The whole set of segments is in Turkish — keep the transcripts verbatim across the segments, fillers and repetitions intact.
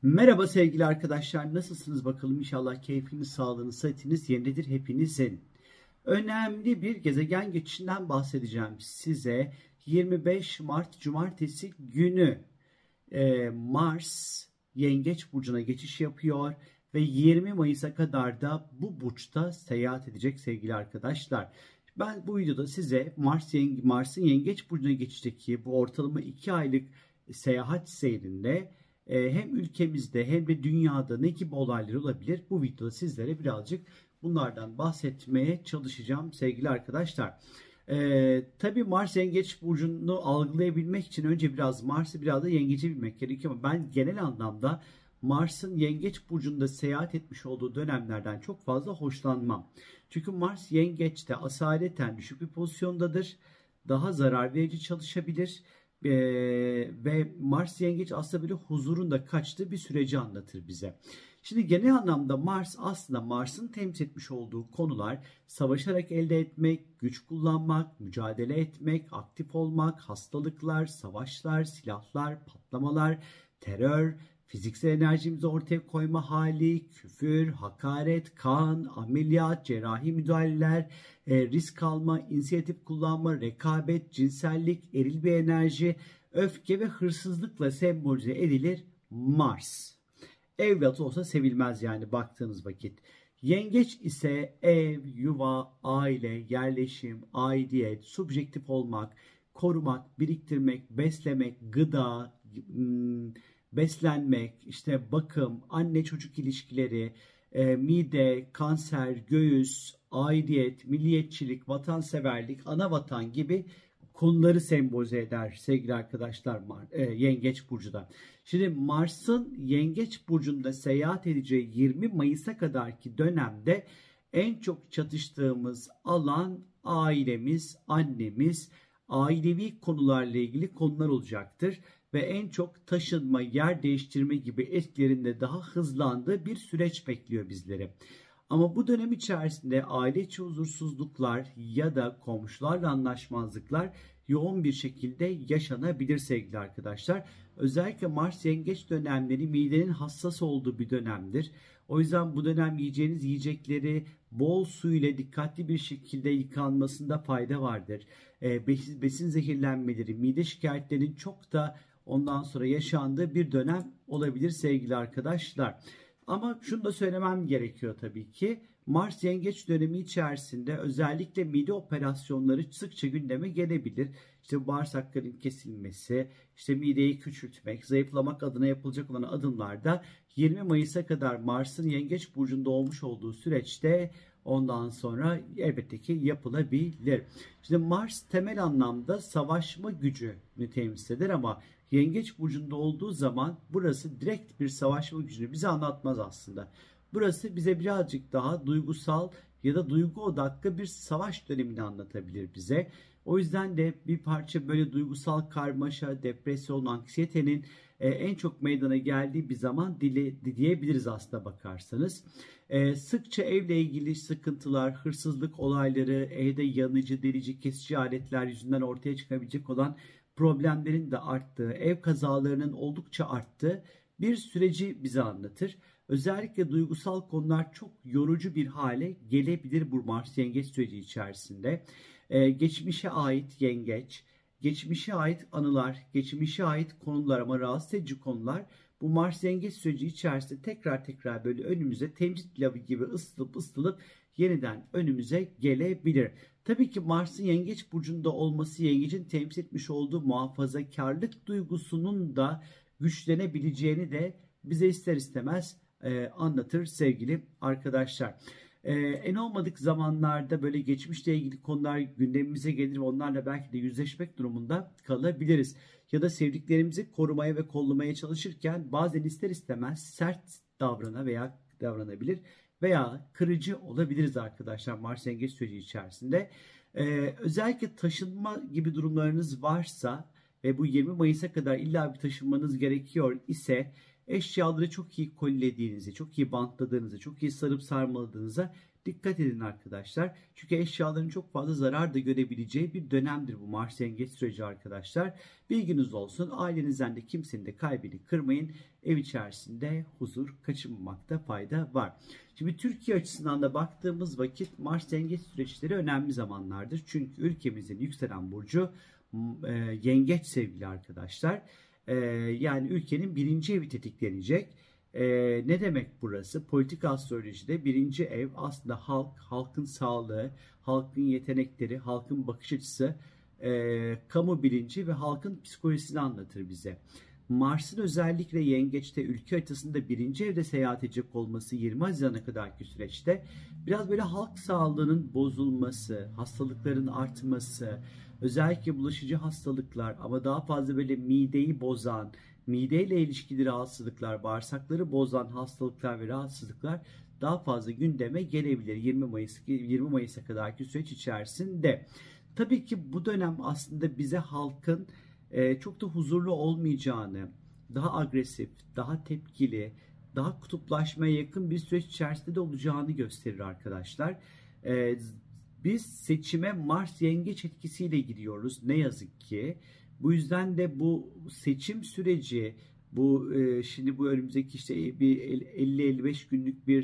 Merhaba sevgili arkadaşlar, nasılsınız bakalım? İnşallah keyfiniz, sağlığınız, sıhhatiniz yerindedir hepinizin. Önemli bir gezegen geçişinden bahsedeceğim size. yirmi beş Mart Cumartesi günü e, Mars Yengeç Burcu'na geçiş yapıyor ve yirmi Mayıs'a kadar da bu burçta seyahat edecek sevgili arkadaşlar. Ben bu videoda size Mars Mars'ın Yengeç Burcu'na geçişteki bu ortalama iki aylık seyahat seyrinde hem ülkemizde hem de dünyada ne gibi olaylar olabilir, bu videoda sizlere birazcık bunlardan bahsetmeye çalışacağım sevgili arkadaşlar. Ee, tabii Mars Yengeç Burcu'nu algılayabilmek için önce biraz Mars'ı biraz da Yengeç'i bilmek gerekiyor ama ben genel anlamda Mars'ın Yengeç Burcu'nda seyahat etmiş olduğu dönemlerden çok fazla hoşlanmam. Çünkü Mars Yengeç'te asaleten düşük bir pozisyondadır. Daha zarar verici çalışabilir. Ee, ve Mars Yengeç aslında böyle huzurun da kaçtığı bir süreci anlatır bize. Şimdi genel anlamda Mars aslında Mars'ın temsil etmiş olduğu konular savaşarak elde etmek, güç kullanmak, mücadele etmek, aktif olmak, hastalıklar, savaşlar, silahlar, patlamalar, terör, fiziksel enerjimizi ortaya koyma hali, küfür, hakaret, kan, ameliyat, cerrahi müdahaleler, e, risk alma, inisiyatif kullanma, rekabet, cinsellik, eril bir enerji, öfke ve hırsızlıkla sembolize edilir Mars. Evlat olsa sevilmez yani baktığınız vakit. Yengeç ise ev, yuva, aile, yerleşim, aidiyet, subjektif olmak, korumak, biriktirmek, beslemek, gıda, beslenmek, işte bakım, anne çocuk ilişkileri, e, mide, kanser, göğüs, aidiyet, milliyetçilik, vatanseverlik, ana vatan gibi konuları sembolize eder sevgili arkadaşlar e, Yengeç Burcu'da. Şimdi Mars'ın Yengeç Burcu'nda seyahat edeceği yirmi Mayıs'a kadarki dönemde en çok çatıştığımız alan ailemiz, annemiz, ailevi konularla ilgili konular olacaktır. Ve en çok taşınma, yer değiştirme gibi etkilerinde daha hızlandığı bir süreç bekliyor bizleri. Ama bu dönem içerisinde aile içi huzursuzluklar ya da komşularla anlaşmazlıklar yoğun bir şekilde yaşanabilir sevgili arkadaşlar. Özellikle Mars Yengeç dönemleri midenin hassas olduğu bir dönemdir. O yüzden bu dönem yiyeceğiniz yiyecekleri bol su ile dikkatli bir şekilde yıkanmasında fayda vardır. E, besin, besin zehirlenmeleri, mide şikayetlerinin çok da ondan sonra yaşandığı bir dönem olabilir sevgili arkadaşlar. Ama şunu da söylemem gerekiyor tabii ki. Mars Yengeç dönemi içerisinde özellikle mide operasyonları sıkça gündeme gelebilir. İşte bağırsakların kesilmesi, işte mideyi küçültmek, zayıflamak adına yapılacak olan adımlarda yirmi Mayıs'a kadar Mars'ın Yengeç Burcu'nda olmuş olduğu süreçte ondan sonra elbette ki yapılabilir. Şimdi Mars temel anlamda savaşma gücünü temsil eder ama Yengeç Burcu'nda olduğu zaman burası direkt bir savaşma gücünü bize anlatmaz aslında. Burası bize birazcık daha duygusal ya da duygu odaklı bir savaş dönemini anlatabilir bize. O yüzden de bir parça böyle duygusal karmaşa, depresyon, anksiyetenin en çok meydana geldiği bir zaman dile, diyebiliriz aslında bakarsanız. Ee, sıkça evle ilgili sıkıntılar, hırsızlık olayları, evde yanıcı, delici, kesici aletler yüzünden ortaya çıkabilecek olan problemlerin de arttığı, ev kazalarının oldukça arttığı bir süreci bize anlatır. Özellikle duygusal konular çok yorucu bir hale gelebilir bu Mars Yengeç süreci içerisinde. Ee, geçmişe ait yengeç, geçmişe ait anılar, geçmişe ait konular ama rahatsız edici konular bu Mars Yengeç süreci içerisinde tekrar tekrar böyle önümüze temcit pilavı gibi ısıtılıp ısıtılıp yeniden önümüze gelebilir. Tabii ki Mars'ın Yengeç Burcu'nda olması Yengeç'in temsil etmiş olduğu muhafazakarlık duygusunun da güçlenebileceğini de bize ister istemez e, anlatır sevgili arkadaşlar. Ee, en olmadık zamanlarda böyle geçmişle ilgili konular gündemimize gelir ve onlarla belki de yüzleşmek durumunda kalabiliriz. Ya da sevdiklerimizi korumaya ve kollamaya çalışırken bazen ister istemez sert davrana veya davranabilir veya kırıcı olabiliriz arkadaşlar Mars Yengeç süreci içerisinde. Ee, özellikle taşınma gibi durumlarınız varsa ve bu yirmi Mayıs'a kadar illa bir taşınmanız gerekiyor ise eşyaları çok iyi kolilediğinizi, çok iyi bantladığınızı, çok iyi sarıp sarmaladığınıza dikkat edin arkadaşlar. Çünkü eşyaların çok fazla zarar da görebileceği bir dönemdir bu Mars yengeç süreci arkadaşlar. Bilginiz olsun. Ailenizden de kimsenin de kalbini kırmayın. Ev içerisinde huzur kaçınmamakta fayda var. Şimdi Türkiye açısından da baktığımız vakit Mars yengeç süreçleri önemli zamanlardır. Çünkü ülkemizin yükselen burcu e, yengeç sevgili arkadaşlar. E, yani ülkenin birinci evi tetiklenecek. Ee, ne demek burası? Politik astrolojide birinci ev aslında halk, halkın sağlığı, halkın yetenekleri, halkın bakış açısı, e, kamu bilinci ve halkın psikolojisini anlatır bize. Mars'ın özellikle yengeçte ülke haritasında birinci evde seyahat edecek olması yirmi Haziran'a kadarki süreçte biraz böyle halk sağlığının bozulması, hastalıkların artması, özellikle bulaşıcı hastalıklar ama daha fazla böyle mideyi bozan, mideyle ilişkili rahatsızlıklar, bağırsakları bozan hastalıklar ve rahatsızlıklar daha fazla gündeme gelebilir yirmi Mayıs yirmi Mayıs'a kadarki süreç içerisinde. Tabii ki bu dönem aslında bize halkın e, çok da huzurlu olmayacağını, daha agresif, daha tepkili, daha kutuplaşmaya yakın bir süreç içerisinde de olacağını gösterir arkadaşlar. E, biz seçime Mars yengeç etkisiyle giriyoruz ne yazık ki. Bu yüzden de bu seçim süreci, bu e, şimdi bu önümüzdeki işte bir elli elli beş günlük bir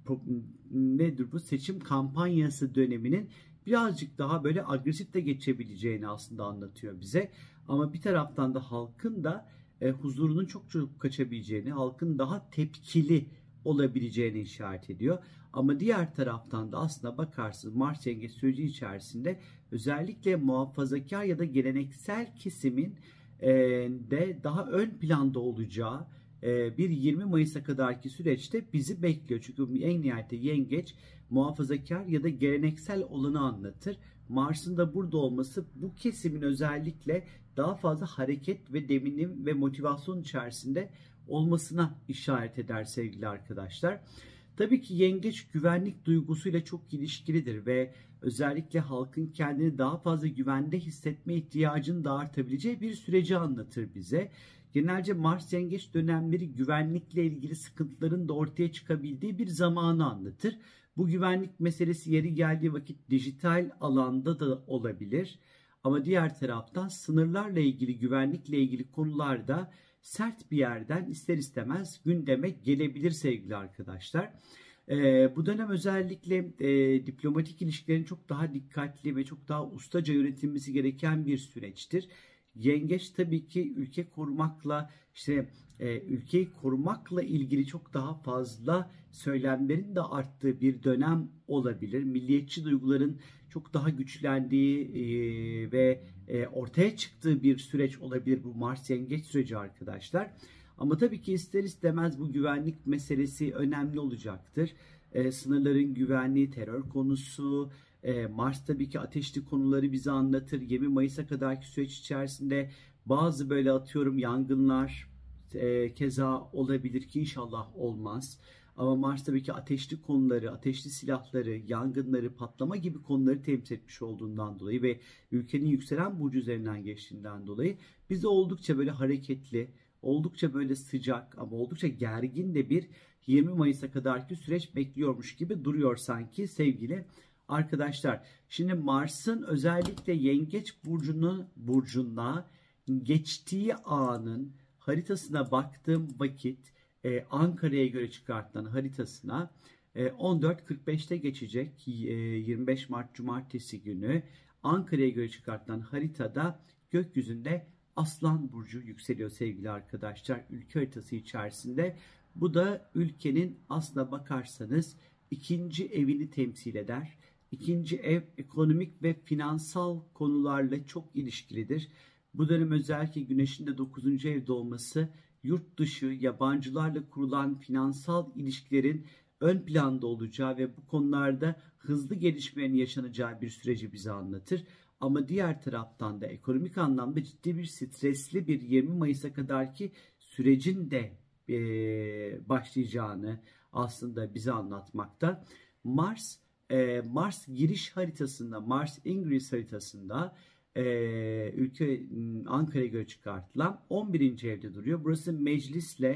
nedir bu seçim kampanyası döneminin birazcık daha böyle agresif de geçebileceğini aslında anlatıyor bize. Ama bir taraftan da halkın da e, huzurunun çok çok kaçabileceğini, halkın daha tepkili olabileceğini işaret ediyor. Ama diğer taraftan da aslında bakarsınız Mars yengeç süreci içerisinde özellikle muhafazakar ya da geleneksel kesimin e, de daha ön planda olacağı e, bir yirmi Mayıs'a kadarki süreçte bizi bekliyor. Çünkü en nihayetinde yengeç muhafazakar ya da geleneksel olanı anlatır. Mars'ın da burada olması bu kesimin özellikle daha fazla hareket ve deminim ve motivasyon içerisinde olmasına işaret eder sevgili arkadaşlar. Tabii ki yengeç güvenlik duygusuyla çok ilişkilidir ve özellikle halkın kendini daha fazla güvende hissetme ihtiyacını da artabileceği bir süreci anlatır bize. Genelce Mars yengeç dönemleri güvenlikle ilgili sıkıntıların da ortaya çıkabildiği bir zamanı anlatır. Bu güvenlik meselesi yeri geldiği vakit dijital alanda da olabilir. Ama diğer taraftan sınırlarla ilgili, güvenlikle ilgili konularda sert bir yerden ister istemez gündeme gelebilir sevgili arkadaşlar. Ee, bu dönem özellikle e, diplomatik ilişkilerin çok daha dikkatli ve çok daha ustaca yönetilmesi gereken bir süreçtir. Yengeç tabii ki ülke korumakla işte e, ülkeyi korumakla ilgili çok daha fazla söylemlerin de arttığı bir dönem olabilir. Milliyetçi duyguların çok daha güçlendiği e, ve e, ortaya çıktığı bir süreç olabilir bu Mars yengeç süreci arkadaşlar. Ama tabii ki ister istemez bu güvenlik meselesi önemli olacaktır. E, sınırların güvenliği, terör konusu, e, Mars tabii ki ateşli konuları bize anlatır. yirmi Mayıs'a kadarki süreç içerisinde bazı böyle atıyorum yangınlar e, keza olabilir ki inşallah olmaz. Ama Mars tabii ki ateşli konuları, ateşli silahları, yangınları, patlama gibi konuları temsil etmiş olduğundan dolayı ve ülkenin yükselen burcu üzerinden geçtiğinden dolayı bizi oldukça böyle hareketli, oldukça böyle sıcak ama oldukça gergin de bir yirmi Mayıs'a kadarki süreç bekliyormuş gibi duruyor sanki sevgili arkadaşlar. Şimdi Mars'ın özellikle Yengeç burcunu burcuna geçtiği anın haritasına baktığım vakit e, Ankara'ya göre çıkartılan haritasına e, on dört kırk beşte geçecek e, yirmi beş Mart Cumartesi günü Ankara'ya göre çıkartılan haritada gökyüzünde Aslan burcu yükseliyor sevgili arkadaşlar ülke haritası içerisinde. Bu da ülkenin aslına bakarsanız ikinci evini temsil eder. İkinci ev ekonomik ve finansal konularla çok ilişkilidir. Bu dönem özellikle Güneş'in de dokuzuncu evde olması yurt dışı yabancılarla kurulan finansal ilişkilerin ön planda olacağı ve bu konularda hızlı gelişmelerin yaşanacağı bir süreci bize anlatır. Ama diğer taraftan da ekonomik anlamda ciddi bir stresli bir yirmi Mayıs'a kadarki sürecin de e, başlayacağını aslında bize anlatmakta. Mars e, Mars giriş haritasında, Mars Ingres haritasında e, ülke Ankara'ya göre çıkartılan on birinci evde duruyor. Burası meclisle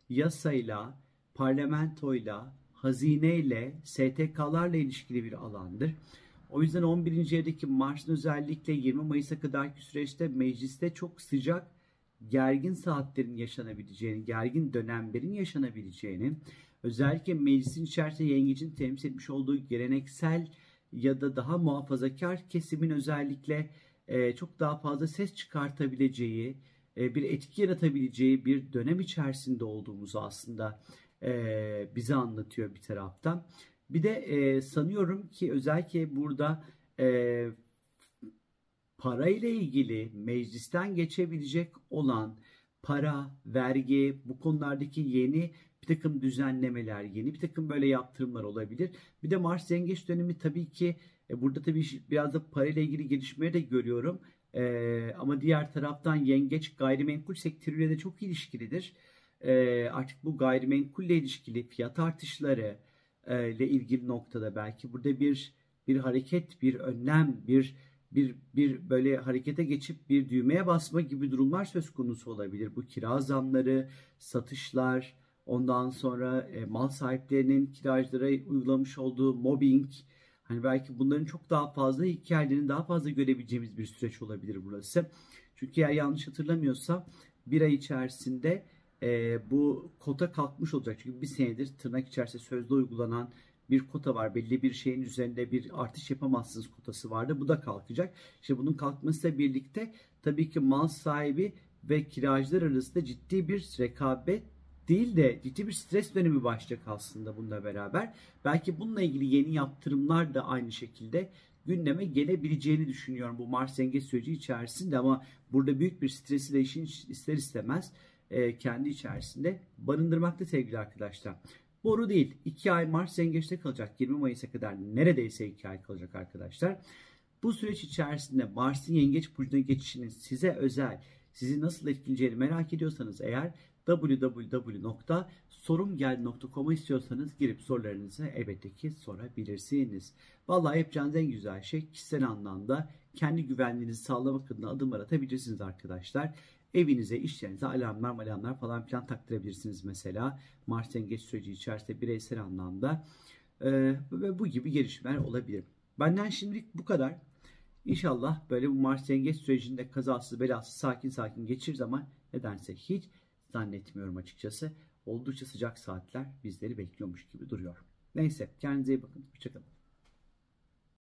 yasayla, parlamentoyla, hazineyle, S T K'larla ilişkili bir alandır. O yüzden on birinci evdeki Mars'ın özellikle yirmi Mayıs'a kadarki süreçte mecliste çok sıcak, gergin saatlerin yaşanabileceğini, gergin dönemlerin yaşanabileceğini, özellikle meclisin içerisinde yengecin temsil etmiş olduğu geleneksel ya da daha muhafazakar kesimin özellikle e, çok daha fazla ses çıkartabileceği, e, bir etki yaratabileceği bir dönem içerisinde olduğumuzu aslında e, bize anlatıyor bir taraftan. Bir de e, sanıyorum ki özellikle burada e, parayla ilgili meclisten geçebilecek olan para, vergi, bu konulardaki yeni bir takım düzenlemeler, yeni bir takım böyle yaptırımlar olabilir. Bir de Mars Yengeç dönemi tabii ki e, burada tabii biraz da parayla ilgili gelişmeleri de görüyorum. E, ama diğer taraftan Yengeç gayrimenkul sektörüyle de çok ilişkilidir. E, artık bu gayrimenkulle ilişkili fiyat artışları e, ile ilgili noktada belki burada bir bir hareket, bir önlem, bir bir bir böyle harekete geçip bir düğmeye basma gibi durumlar söz konusu olabilir. Bu kira zamları, satışlar, ondan sonra e, mal sahiplerinin kiracılara uygulamış olduğu mobbing, hani belki bunların çok daha fazla hikayelerini daha fazla görebileceğimiz bir süreç olabilir burası. Çünkü eğer yanlış hatırlamıyorsam bir ay içerisinde e, bu kota kalkmış olacak. Çünkü bir senedir tırnak içerisinde sözde uygulanan bir kota var. Belli bir şeyin üzerinde bir artış yapamazsınız kotası vardı. Bu da kalkacak. İşte bunun kalkmasıyla birlikte tabii ki mal sahibi ve kiracılar arasında ciddi bir rekabet değil de ciddi bir stres dönemi başlayacak aslında bununla beraber. Belki bununla ilgili yeni yaptırımlar da aynı şekilde gündeme gelebileceğini düşünüyorum bu Mars Yengeç süreci içerisinde, ama burada büyük bir stresi de işin ister istemez e, kendi içerisinde barındırmakta sevgili arkadaşlar. Boru değil. iki ay Mars Yengeç'te kalacak. yirmi Mayıs'a kadar neredeyse iki ay kalacak arkadaşlar. Bu süreç içerisinde Mars'ın Yengeç burcuna geçişinin size özel, sizi nasıl etkileyeceğini merak ediyorsanız eğer double-u double-u double-u nokta sorumgel nokta com'a istiyorsanız girip sorularınızı elbette ki sorabilirsiniz. Vallahi yapacağınız en güzel şey kişisel anlamda kendi güvenliğinizi sağlamak adına adımlar atabilirsiniz arkadaşlar. Evinize, iş yerinize alarmlar, alarmlar falan filan taktırabilirsiniz mesela. Mars Yengeç süreci içerisinde bireysel anlamda ee, ve bu gibi gelişmeler olabilir. Benden şimdilik bu kadar. İnşallah böyle bu Mars Yengeç sürecinde kazasız belasız sakin sakin geçiririz, ama nedense hiç zannetmiyorum açıkçası. Oldukça sıcak saatler bizleri bekliyormuş gibi duruyor. Neyse, kendinize iyi bakın. Hoşçakalın.